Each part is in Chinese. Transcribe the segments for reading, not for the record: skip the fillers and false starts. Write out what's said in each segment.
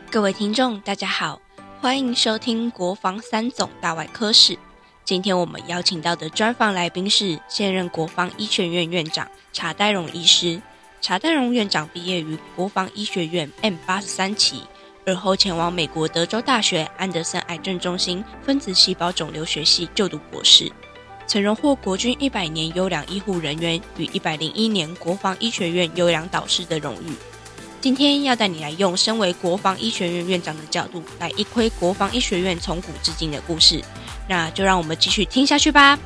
各位听众大家好，欢迎收听国防三总大外科史。今天我们邀请到的专访来宾是现任国防医学院院长查岱荣医师。查岱荣院长毕业于国防医学院 M83 期，而后前往美国德州大学安德森癌症中心分子细胞肿瘤学系就读博士，曾荣获国军100年优良医护人员与101年国防医学院优良导师的荣誉。今天要带你来用身为国防医学院院长的角度来一窥国防医学院从古至今的故事，那就让我们继续听下去吧。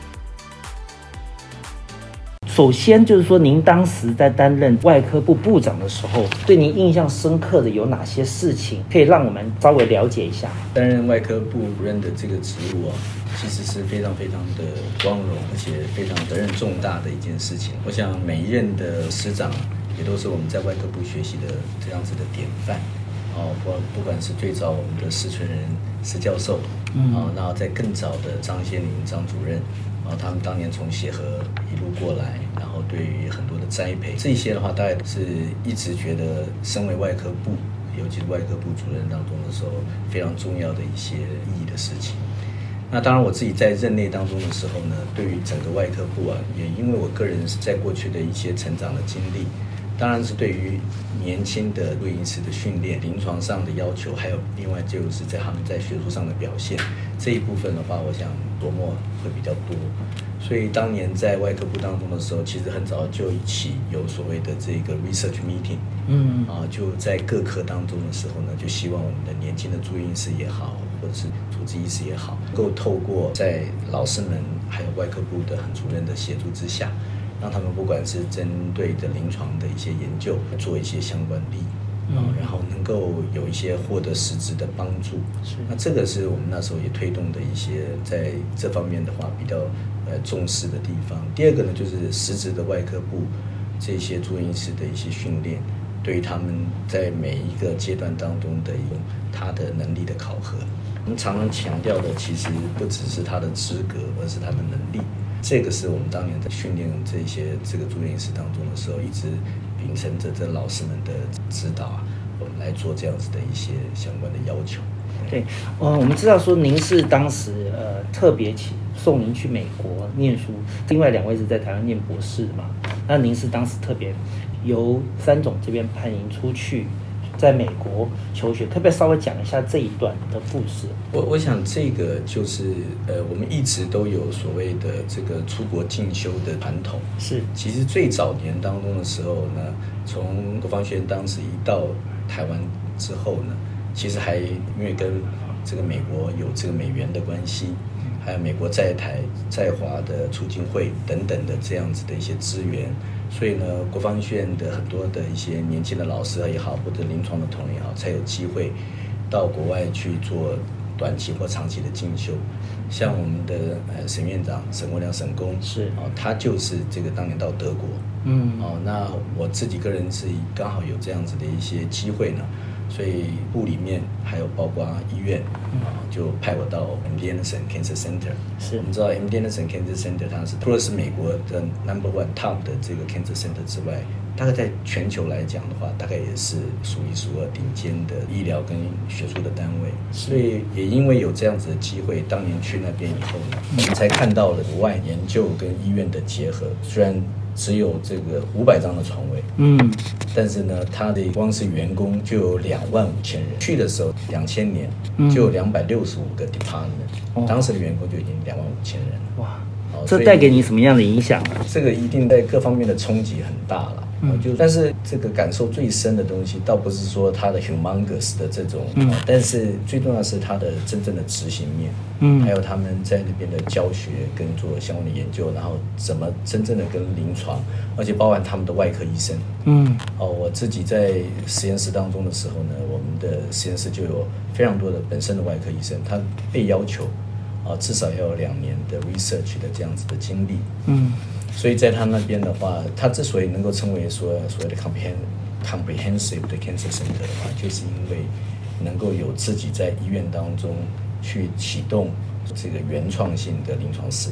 首先就是说，您当时在担任外科部部长的时候，对您印象深刻的有哪些事情，可以让我们稍微了解一下？ 担任外科部主任的这个职务其实是非常非常的光荣，而且非常责任重大的一件事情。我想每一任的师长也都是我们在外科部学习的这样子的典范。不管是最早我们的施存仁施教授，那在更早的张先林张主任，他们当年从协和一路过来，然后对于很多的栽培，这些的话，大概是一直觉得身为外科部，尤其是外科部主任当中的时候，非常重要的一些意义的事情。那当然，我自己在任内当中的时候呢，对于整个外科部也因为我个人是在过去的一些成长的经历。当然是对于年轻的录音师的训练、临床上的要求，还有另外就是在他们在学术上的表现这一部分的话，我想琢磨会比较多。所以当年在外科部当中的时候，其实很早就一起有所谓的这个 research meeting，就在各科当中的时候呢，就希望我们的年轻的住院医师也好，或者是主治医师也好，能够透过在老师们还有外科部的主任的协助之下，让他们不管是针对的临床的一些研究做一些相关力，然后能够有一些获得实质的帮助。那这个是我们那时候也推动的一些在这方面的话比较重视的地方。第二个呢，就是实质的外科部这些住院医师的一些训练，对于他们在每一个阶段当中的他的能力的考核。我们常常强调的其实不只是他的资格，而是他的能力。这个是我们当年在训练这个住院医师当中的时候，一直秉承着这老师们的指导我们来做这样子的一些相关的要求。 对，我们知道说您是当时特别送您去美国念书，另外2位是在台湾念博士嘛？那您是当时特别由三总这边派您出去在美国求学，可不可以稍微讲一下这一段的故事？ 我想这个就是我们一直都有所谓的这个出国进修的传统。是，其实最早年当中的时候呢，从国防学院当时一到台湾之后呢，其实还因为跟这个美国有这个美元的关系，还有美国在台在华的促进会等等的这样子的一些资源，所以呢，国防学院的很多的一些年轻的老师也好，或者临床的同仁也好，才有机会到国外去做短期或长期的进修。像我们的沈院长沈国良沈公他就是这个当年到德国。那我自己个人是刚好有这样子的一些机会呢，所以部里面还有包括医院就派我到 MD Anderson Cancer Center。是，我们知道 MD Anderson Cancer Center 它是除了是美国的 No.1 top 的这个 Cancer Center 之外，大概在全球来讲的话，大概也是数一数二顶尖的医疗跟学术的单位。所以也因为有这样子的机会，当年去那边以后呢，我们才看到了国外研究跟医院的结合。虽然只有这个500张的床位，但是呢，他的光是员工就有25000人。去的时候2000年就有265个 department，当时的员工就已经25000人了。哇， 这带给你什么样的影响啊？ 这个一定在各方面的冲击很大了。但是这个感受最深的东西，倒不是说它的 humongous 的这种，但是最重要的是它的真正的执行面，还有他们在那边的教学跟做相关的研究，然后怎么真正的跟临床，而且包含他们的外科医生。我自己在实验室当中的时候呢，我们的实验室就有非常多的本身的外科医生，他被要求至少要有2年的 research 的这样子的经历。所以在他那边的话，他之所以能够称为所谓的 comprehensive 的 cancer center 的话，就是因为能够有自己在医院当中去启动这个原创性的临床试验。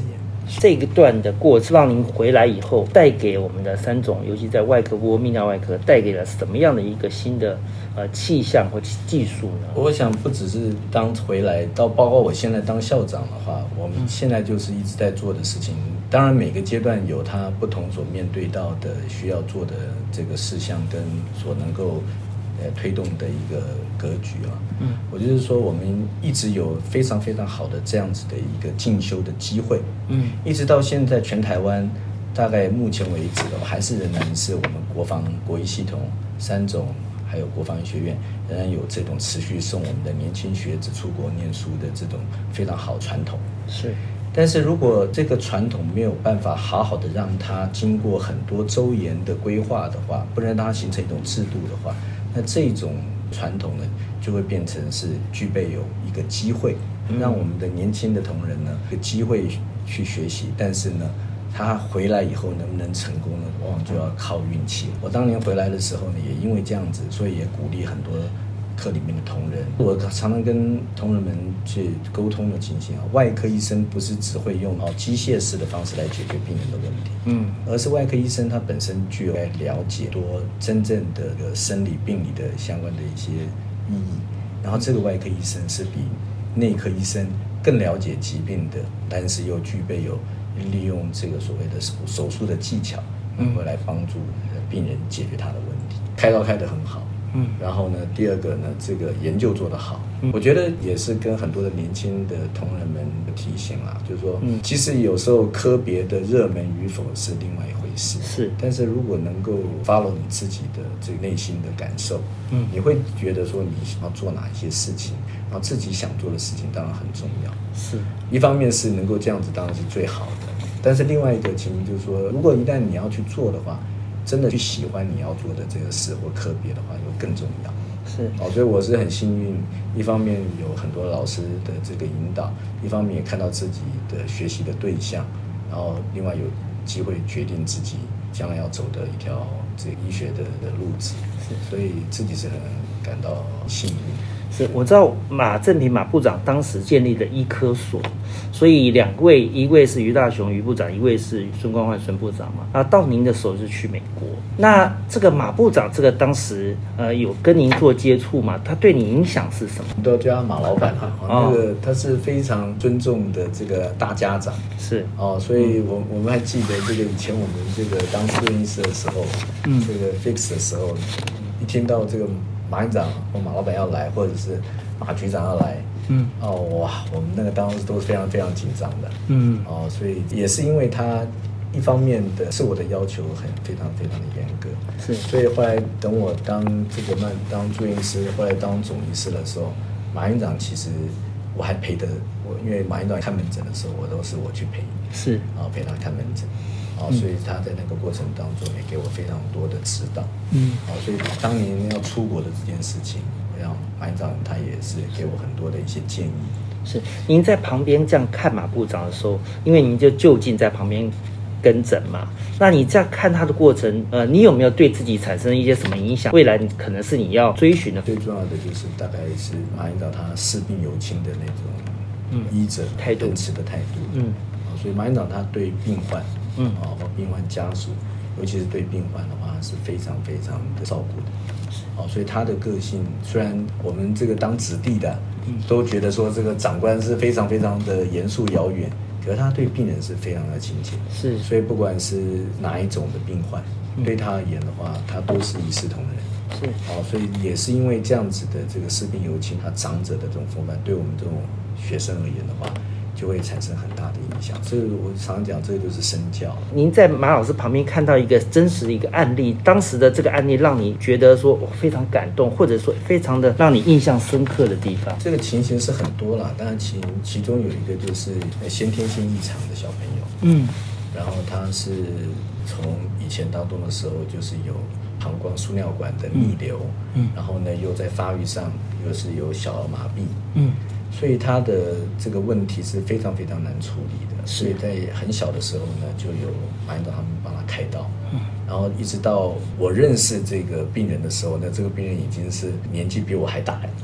这一段的过程，让您回来以后带给我们的三种，尤其在外科或泌尿外科，带给了什么样的一个新的气象或技术呢？ 我想不只是当回来，到包括我现在当校长的话，我们现在就是一直在做的事情。当然每个阶段有它不同所面对到的需要做的这个事项跟所能够推动的一个格局啊。我就是说我们一直有非常非常好的这样子的一个进修的机会。一直到现在全台湾大概目前为止还是仍然是我们国医系统三种还有国防医学院仍然有这种持续送我们的年轻学子出国念书的这种非常好传统。 是。 但是如果这个传统没有办法好好的让它经过很多周延的规划的话，不能让它形成一种制度的话，那这种传统呢就会变成是具备有一个机会，让我们的年轻的同仁呢有机会去学习，但是呢他回来以后能不能成功呢，往往就要靠运气。我当年回来的时候呢，也因为这样子，所以也鼓励很多科里面的同仁。我常常跟同仁们去沟通的情形啊，外科医生不是只会用机械式的方式来解决病人的问题，而是外科医生他本身具有了解多真正的生理病理的相关的一些意义，然后这个外科医生是比内科医生更了解疾病的，但是又具备有利用这个所谓的手术的技巧，能够来帮助病人解决他的问题。开刀开得很好。然后呢，第二个呢，这个研究做得好，我觉得也是跟很多的年轻的同仁们提醒啦，就是说，其实有时候科别的热门与否是另外一回事， 是， 但是如果能够 follow 你自己的这个内心的感受，你会觉得说你想要做哪一些事情，然后自己想做的事情当然很重要， 是，一方面是能够这样子当然是最好的，但是另外一个情形就是说，如果一旦你要去做的话，真的去喜欢你要做的这个事或科别的话，又更重要。 是所以我是很幸运，一方面有很多老师的这个引导，一方面也看到自己的学习的对象，然后另外有机会决定自己将来要走的一条这个医学的路子，所以自己是很感到幸运。 是，我知道马正平马部长当时建立了医科所，所以两位，一位是于大雄于部长，一位是孙光焕孙部长嘛。啊，到您的时候是去美国，那这个马部长这个当时有跟您做接触吗？他对你影响是什么？ 都叫他马老板啊，那个他是非常尊重的这个大家长， 是所以我们还记得这个以前我们这个当住院医师的时候，这个 fix 的时候，一听到这个马院长或马老板要来，或者是马局长要来，哇，我们那个当时都是非常非常紧张的，所以也是因为他一方面的是我的要求非常非常的严格， 是， 所以后来等我当住院医师，后来当总医师的时候，马院长其实我还陪因为马院长看门诊的时候，都是我去陪， 是， 陪他看门诊。所以他在那个过程当中也给我非常多的指导，所以当年要出国的这件事情，让马院长他也是给我很多的一些建议。 是，您在旁边这样看马部长的时候，因为您就近在旁边跟诊嘛，那你这样看他的过程，你有没有对自己产生一些什么影响？未来可能是你要追寻的。 最重要的就是大概是马院长他视病犹亲的那种医者态度、仁慈的态度，所以马院长他对病患。或病患家属，尤其是对病患的话，是非常非常的照顾的。所以他的个性，虽然我们这个当子弟的，都觉得说这个长官是非常非常的严肃遥远，可是他对病人是非常的亲切。 是， 所以不管是哪一种的病患，对他而言的话，他都是一视同仁。是，所以也是因为这样子的这个视病犹亲，他长者的这种风范，对我们这种学生而言的话，就会产生很大的影响，所以我常讲，这个就是身教。 您在马老师旁边看到一个真实的一个案例，当时的这个案例让你觉得说非常感动，或者说非常的让你印象深刻的地方。 这个情形是很多啦，当然其中有一个就是先天性异常的小朋友，然后他是从以前当中的时候就是有膀胱输尿管的逆流，然后呢又在发育上又是有小儿麻痹，所以他的这个问题是非常非常难处理的，所以在很小的时候呢，就有马院长他们帮他开刀，然后一直到我认识这个病人的时候呢，这个病人已经是年纪比我还大了，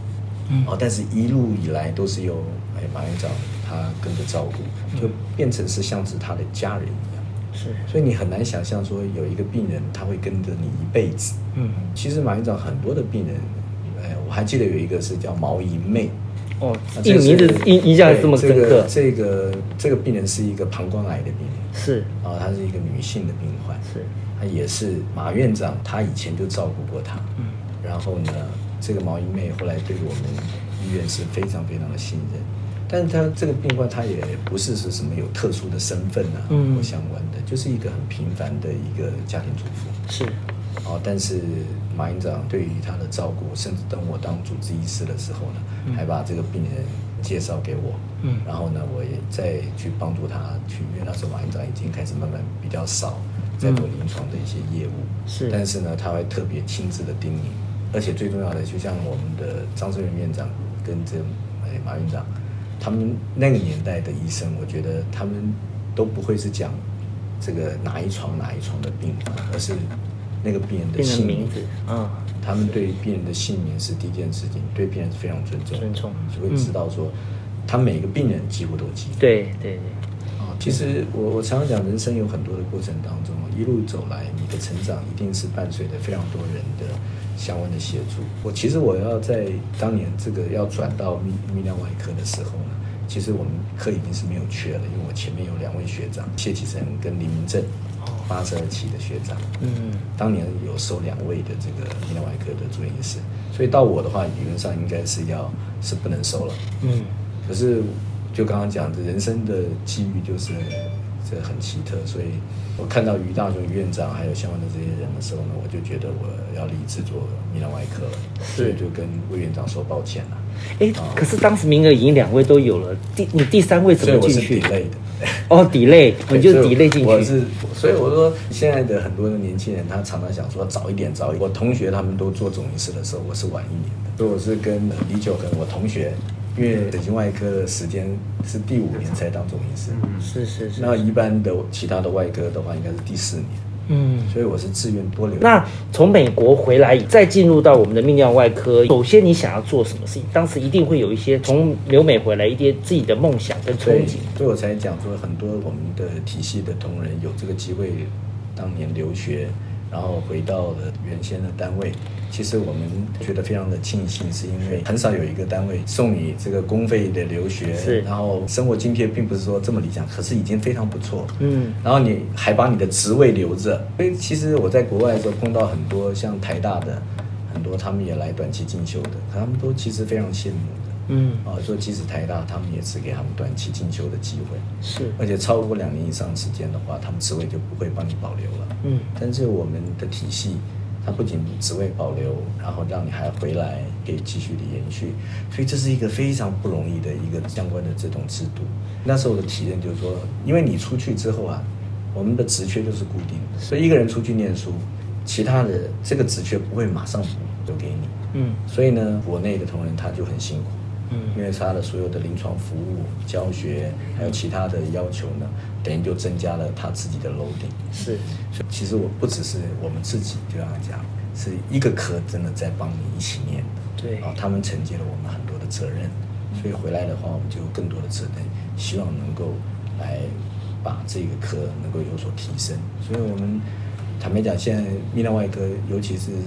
但是一路以来都是由马院长他跟着照顾，就变成是像是他的家人一样。 是， 所以你很难想象说有一个病人他会跟着你一辈子。其实马院长很多的病人，我还记得有一个是叫毛银妹。 这个名字印象这么深刻。 这个病人是一个膀胱癌的病人， 是她是一个女性的病患， 是， 她也是马院长，他以前就照顾过她。然后呢，这个毛银妹后来对我们医院是非常非常的信任。但是他这个病患他也不是什么有特殊的身份啊，或相关的，就是一个很平凡的一个家庭主妇。 是， 但是马院长对于他的照顾，甚至等我当主治医师的时候呢，还把这个病人介绍给我。然后呢，我也再去帮助他去，因为那时候马院长已经开始慢慢比较少在做临床的一些业务。是，但是呢，他会特别亲自的叮咛，而且最重要的，就像我们的张胜元院长跟这马院长。他们那个年代的医生，我觉得他们都不会是讲这个哪一床的病患，而是那个病人的姓名。他们对病人的姓名是第一件事情，对病人是非常尊重，就会知道说，他每个病人几乎都记得。对。其实我常常讲，人生有很多的过程当中，一路走来，你的成长一定是伴随着非常多人的相关的协助。其实我要在当年这个要转到泌尿外科的时候呢，其实我们科已经是没有缺了，因为我前面有2位学长，谢启成跟林明正，82期的学长，当年有收2位的这个泌尿外科的住院医师，所以到我的话，理论上应该是不能收了。可是就刚刚讲的，人生的机遇就是这很奇特，所以我看到于大雄院长还有相关的这些人的时候呢，我就觉得我要立志做泌尿外科了，所以就跟魏院长说抱歉了。 可是当时名额已经2位都有了，你第3位怎么进去？ 所以我是 delay 的。 你就 delay 进去。 所以我说现在的很多的年轻人，他常常想说早一点。我同学他们都做总医师的时候，我是晚1年的，所以我是跟李九恒我同学。因为整形外科的时间是第5年才当总医师，是。那一般的其他的外科的话，应该是第4年。所以我是自愿多留。 那从美国回来，再进入到我们的泌尿外科，首先你想要做什么事情？当时一定会有一些从留美回来一些自己的梦想跟憧憬。 所以我才讲说，很多我们的体系的同仁有这个机会，当年留学。然后回到了原先的单位，其实我们觉得非常的庆幸，是因为很少有一个单位送你这个公费的留学，然后生活津贴并不是说这么理想，可是已经非常不错。然后你还把你的职位留着，所以其实我在国外的时候碰到很多像台大的很多，他们也来短期进修的，可他们都其实非常羡慕的。说即使台大，他们也只给他们短期进修的机会，而且超过2年以上时间的话，他们职位就不会帮你保留了。但是我们的体系，它不仅职位保留，然后让你还回来可以继续的延续，所以这是一个非常不容易的一个相关的这种制度。那时候的体验就是说，因为你出去之后啊，我们的职缺就是固定的，所以一个人出去念书，其他的这个职缺不会马上留给你。所以呢，国内的同仁他就很辛苦。因为他的所有的临床服务、教学，还有其他的要求呢，等于就增加了他自己的 loading。所以其实我不只是我们自己，就像讲，是一个科真的在帮你一起念的。他们承接了我们很多的责任，所以回来的话，我们就有更多的责任，希望能够来把这个科能够有所提升。所以我们坦白讲，现在泌尿外科，尤其是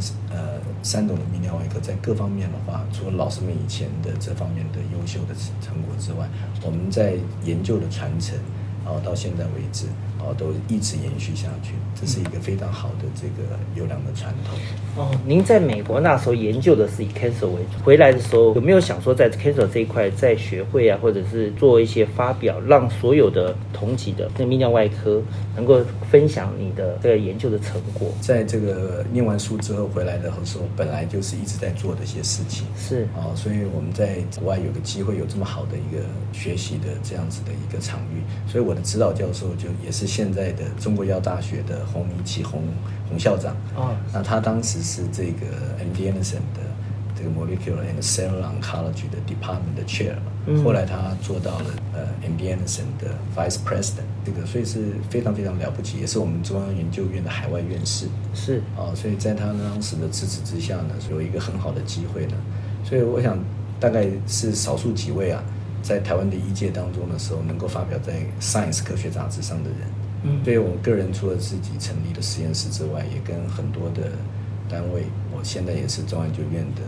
3种的泌尿外科，在各方面的话，除了老师们以前的这方面的优秀的成果之外，我们在研究的传承，到现在为止，都一直延续下去，这是一个非常好的这个优良的传统。 您在美国那时候研究的是以 cancer 为主，回来的时候有没有想说在 cancer 这一块，在学会啊，或者是做一些发表，让所有的同级的泌尿外科能够分享你的这个研究的成果？ 在这个念完书之后回来的时候，本来就是一直在做的一些事情，所以我们在国外有个机会，有这么好的一个学习的这样子的一个场域，所以我的指导教授就也是现在的中国药大学的洪明启洪校长。那他当时是这个 MD Anderson 的这个 Molecular and Cellular Oncology 的 Department 的 Chair，后来他做到了MD Anderson 的 Vice President， 这个所以是非常非常了不起，也是我们中央研究院的海外院士。所以在他当时的支持之下呢，有一个很好的机会呢，所以我想大概是少数几位啊，在台湾的医界当中的时候，能够发表在 Science 科学杂志上的人。对于我个人，除了自己成立的实验室之外，也跟很多的单位，我现在也是中央研究院的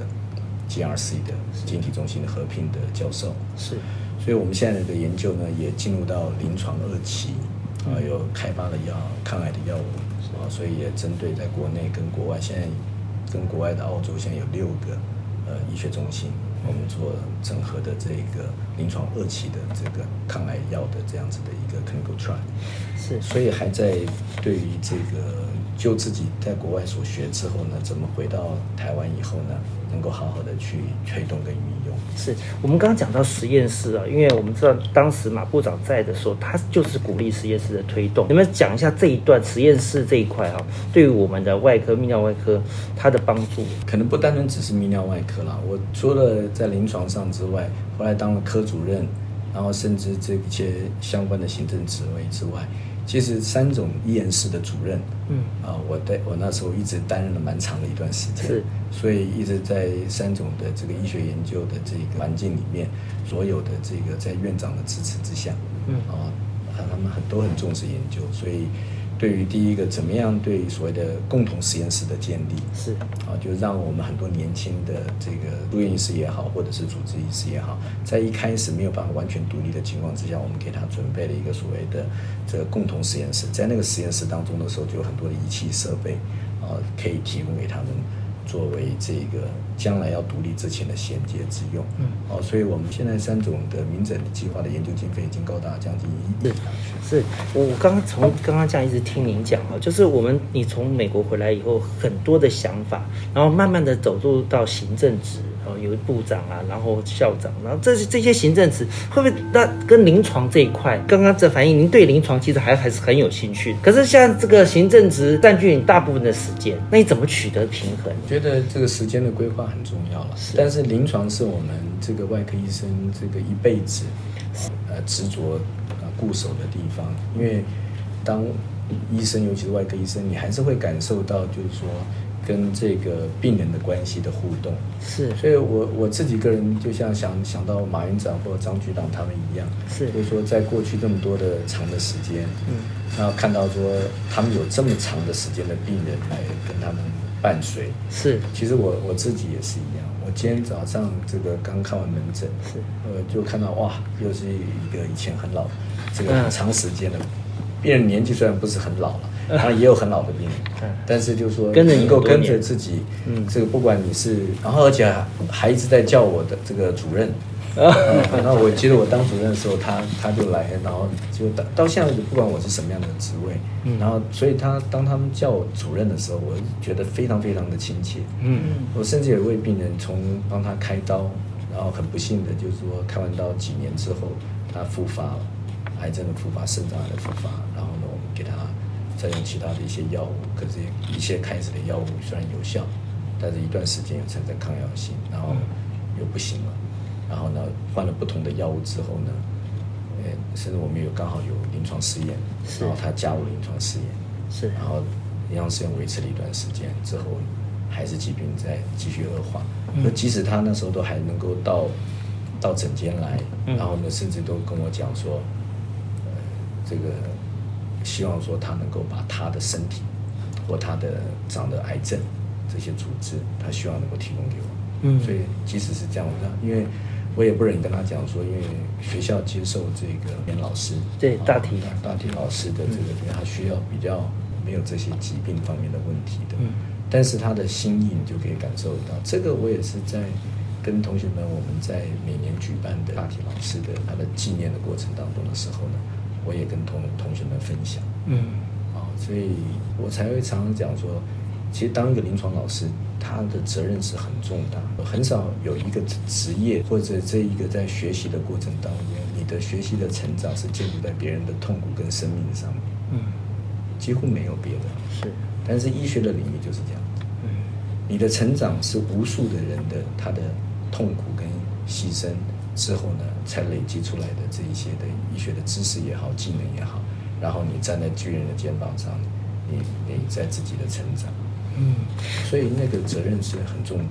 GRC 的基因体中心的合并的教授。 是， 所以我们现在的研究呢，也进入到临床2期，有开发的抗癌的药物，所以也针对在国内跟国外，现在跟国外的澳洲现在有6个医学中心，我们做整合的这个临床2期的这个抗癌药的这样子的一个 clinical trial。 是， 所以还在对于这个就自己在国外所学之后呢，怎么回到台湾以后呢，能够好好的去推动跟运用。 是我们刚刚讲到实验室啊，因为我们知道当时马部长在的时候，他就是鼓励实验室的推动。你们讲一下这一段实验室这一块啊，对于我们的外科泌尿外科它的帮助。 可能不单纯只是泌尿外科啦，我除了在临床上之外，后来当了科主任，然后甚至这些相关的行政职位之外，其实3种医研室的主任，我那时候一直担任了蛮长的一段时间， 是， 所以一直在3种的这个医学研究的这个环境里面，所有的这个在院长的支持之下，他们都很重视研究，所以对于第一个怎么样对所谓的共同实验室的建立， 是就让我们很多年轻的这个住院医师也好，或者是主治医师也好，在一开始没有办法完全独立的情况之下，我们给他准备了一个所谓的这个共同实验室，在那个实验室当中的时候，就有很多的仪器设备可以提供给他们，作为这个将来要独立之前的衔接之用。所以我们现在3种的民诊计划的研究经费已经高达将近1亿。 是我刚刚这样一直听您讲啊，就是你从美国回来以后，很多的想法，然后慢慢的走入到行政职，有部长啊，然后校长，然后这些行政职会不会那跟临床这一块，刚刚这反映您对临床其实还是很有兴趣，可是像这个行政职占据你大部分的时间，那你怎么取得平衡？ 我觉得这个时间的规划很重要了，但是临床是我们这个外科医生这个一辈子执着固守的地方，因为当医生，尤其是外科医生，你还是会感受到就是说跟这个病人的关系的互动。 是， 所以我自己个人就像想到马院长或张局长他们一样，就是说在过去这么多的长的时间，然后看到说他们有这么长的时间的病人来跟他们伴随。是，其实我自己也是一样。我今天早上这个刚看完门诊，就看到哇，又是一个以前很老，这个很长时间的病人，年纪虽然不是很老了，然后也有很老的病人，但是就是说能够跟着自己，这个不管你是，然后而且还一直在叫我的这个主任。然后我记得我当主任的时候，他就来，然后就到现在不管我是什么样的职位，然后所以当他们叫我主任的时候，我觉得非常非常的亲切。我甚至有一位病人从帮他开刀，然后很不幸的就是说开完刀几年之后，他复发了，癌症的复发，肾脏癌的复发，然后呢我们给他再用其他的一些药物，可是一些开始的药物虽然有效，但是一段时间有产生抗药性，然后又不行了。然后呢，换了不同的药物之后呢，甚至我们刚好有临床试验，然后他加入临床试验，然后临床试验维持了一段时间之后，还是疾病在继续恶化。即使他那时候都还能够到诊间来，然后呢，甚至都跟我讲说，这个希望说他能够把他的身体或他的长的癌症这些组织，他希望能够提供给我。所以即使是这样，因为我也不忍跟他讲说，因为学校接受这个严老师， 对大体老师的这个，因为他需要比较没有这些疾病方面的问题的，但是他的心意你就可以感受得到。这个我也是在跟同学们，我们在每年举办的大体老师的他的纪念的过程当中的时候呢，我也跟同学们分享，所以我才会常常讲说，其实当一个临床老师，他的责任是很重大，很少有一个职业或者这一个在学习的过程当中，你的学习的成长是建立在别人的痛苦跟生命上面，几乎没有别的。是，但是医学的领域就是这样子，你的成长是无数的人的他的痛苦跟牺牲之后呢，才累积出来的这一些的医学的知识也好，技能也好，然后你站在巨人的肩膀上，你在自己的成长。所以那个责任是很重大的。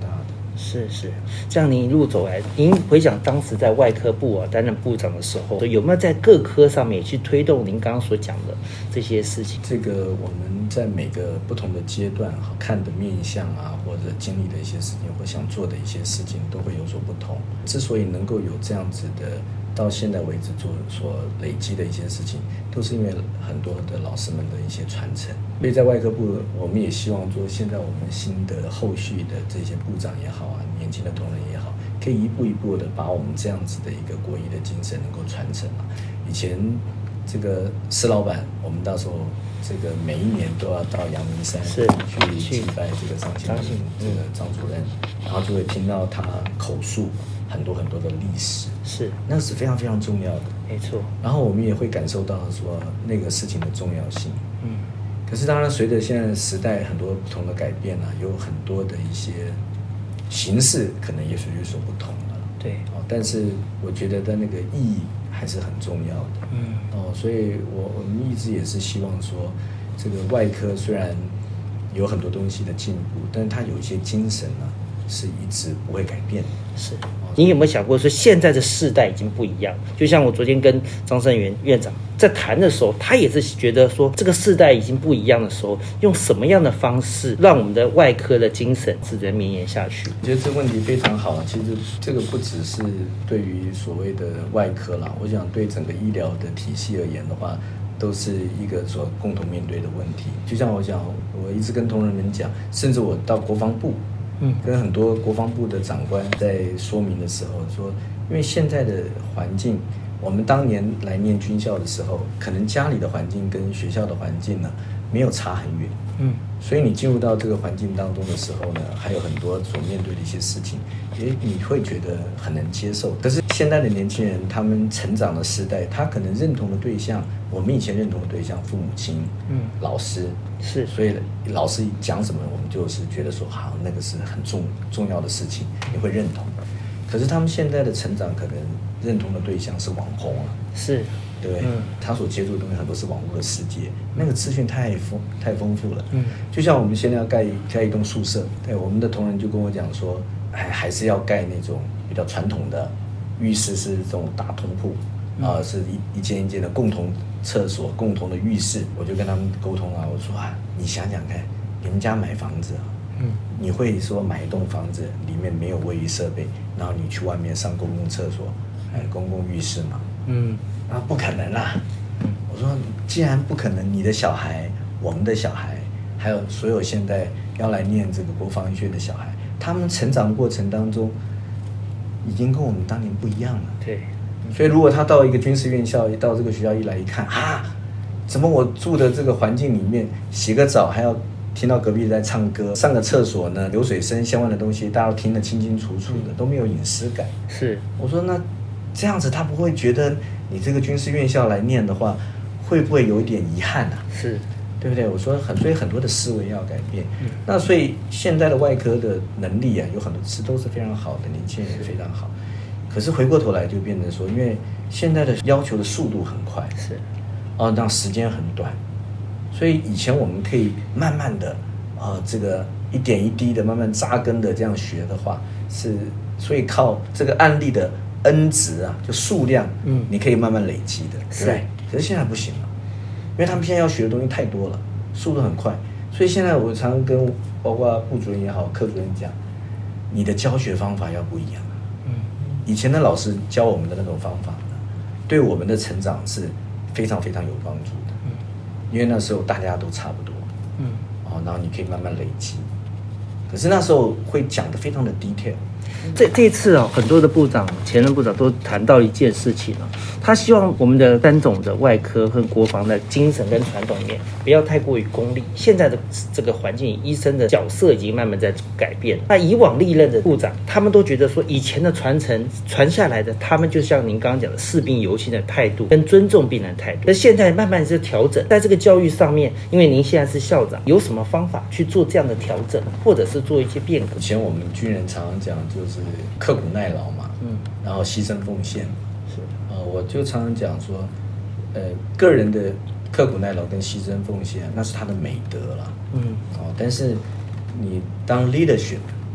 是，这样您一路走来，您回想当时在外科部担任部长的时候，有没有在各科上面去推动您刚刚所讲的这些事情？ 这个我们在每个不同的阶段看的面向或者经历的一些事情或想做的一些事情都会有所不同。之所以能够有这样子的到现在为止所累积的一些事情，都是因为很多的老师们的一些传承。所以在外科部，我们也希望说，现在我们新的后续的这些部长也好年轻的同仁也好，可以一步一步的把我们这样子的一个国医的精神能够传承以前这个施老板，我们到时候这个每一年都要到阳明山去祭拜这个张庆这个张主任，然后就会听到他口述很多的历史，那是非常非常重要的， 没错。 然后我们也会感受到说那个事情的重要性，可是当然随着现在时代很多不同的改变有很多的一些形式可能也许有所不同了， 对， 但是我觉得的那个意义还是很重要的，所以我们一直也是希望说，这个外科虽然有很多东西的进步，但是它有一些精神是一直不会改变的。 是，你有没有想过说现在的世代已经不一样？就像我昨天跟张胜元院长在谈的时候，他也是觉得说这个世代已经不一样的时候，用什么样的方式让我们的外科的精神是能绵延下去？ 我觉得这个问题非常好。其实这个不只是对于所谓的外科啦，我想对整个医疗的体系而言的话，都是一个所共同面对的问题。就像我讲，我一直跟同仁们讲，甚至我到国防部跟很多国防部的长官在说明的时候说，因为现在的环境，我们当年来念军校的时候，可能家里的环境跟学校的环境没有差很远，所以你进入到这个环境当中的时候还有很多所面对的一些事情，你会觉得很能接受。可是现在的年轻人，他们成长的时代，他可能认同的对象，我们以前认同的对象，父母亲，老师，所以老师讲什么，我们就是觉得说好，那个是很重要的事情，你会认同。可是他们现在的成长，可能认同的对象是网红对，他所接触的东西很多是网络的世界，那个资讯太丰富了。就像我们现在要盖一栋宿舍，对，我们的同仁就跟我讲说，还是要盖那种比较传统的浴室，是这种大通铺是一间一间的共同厕所、共同的浴室。我就跟他们沟通我说你想想看，你们家买房子你会说买一栋房子里面没有卫浴设备，然后你去外面上公共厕所、公共浴室吗？不可能啦！我说，既然不可能，你的小孩、我们的小孩，还有所有现在要来念这个国防医学的小孩，他们成长过程当中，已经跟我们当年不一样了。 对， 所以如果他到一个军事院校，到这个学校一来一看，怎么我住的这个环境里面，洗个澡还要听到隔壁在唱歌，上个厕所呢，流水声相关的东西，大家都听得清清楚楚的，都没有隐私感。我说那这样子他不会觉得你这个军事院校来念的话，会不会有一点遗憾对不对？我说所以很多的思维要改变。那所以现在的外科的能力有很多都是非常好的，年轻人也非常好。可是回过头来就变成说，因为现在的要求的速度很快，让时间很短，所以以前我们可以慢慢的这个一点一滴的慢慢扎根的这样学的话，所以靠这个案例的N 值就数量，你可以慢慢累积的，对不对？可是现在不行了，因为他们现在要学的东西太多了，速度很快，所以现在我常跟包括部主任也好、科主任讲，你的教学方法要不一样。以前的老师教我们的那种方法对我们的成长是非常非常有帮助的，因为那时候大家都差不多，然后你可以慢慢累积。可是那时候会讲得非常的 detail。 这一次很多的部长、前任部长都谈到一件事情他希望我们的三种的外科和国防的精神跟传统里面不要太过于功利。现在的这个环境，医生的角色已经慢慢在改变。那以往历任的部长，他们都觉得说以前的传承传下来的，他们就像您刚刚讲的士兵游行的态度跟尊重病人的态度。而现在慢慢是调整，在这个教育上面，因为您现在是校长，有什么方法去做这样的调整，或者是做一些变革？ 以前我们军人常常讲就是刻苦耐劳嘛，然后牺牲奉献。我就常常讲说，个人的刻苦耐劳跟牺牲奉献，那是他的美德啦。但是你当 leadership，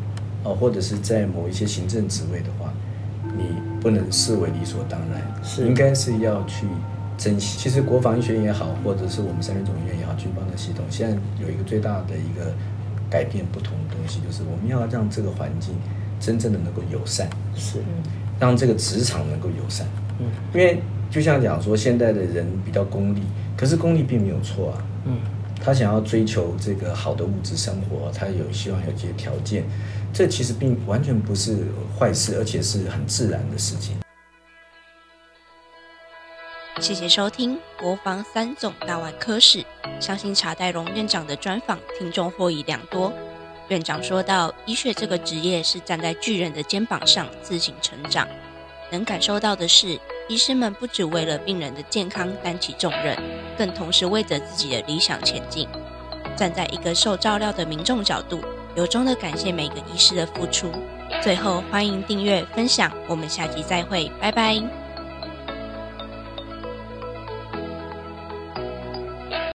或者是在某一些行政职位的话，你不能视为理所当然，应该是要去珍惜。其实国防医学院也好，或者是我们3人总医院也好，军方的系统现在有一个最大的一个改变不同的东西，就是我们要让这个环境真正的能够友善，让这个职场能够友善。因为就像讲说，现在的人比较功利，可是功利并没有错啊。他想要追求这个好的物质生活，他希望有一些条件，这其实并完全不是坏事，而且是很自然的事情。 谢谢收听国防3总大外科室，相信查代荣院长的专访听众获益良多。院长说到，医学这个职业是站在巨人的肩膀上自行成长，能感受到的是，医师们不只为了病人的健康担起重任，更同时为着自己的理想前进。站在一个受照料的民众角度，由衷的感谢每个医师的付出。最后，欢迎订阅分享，我们下集再会，拜拜。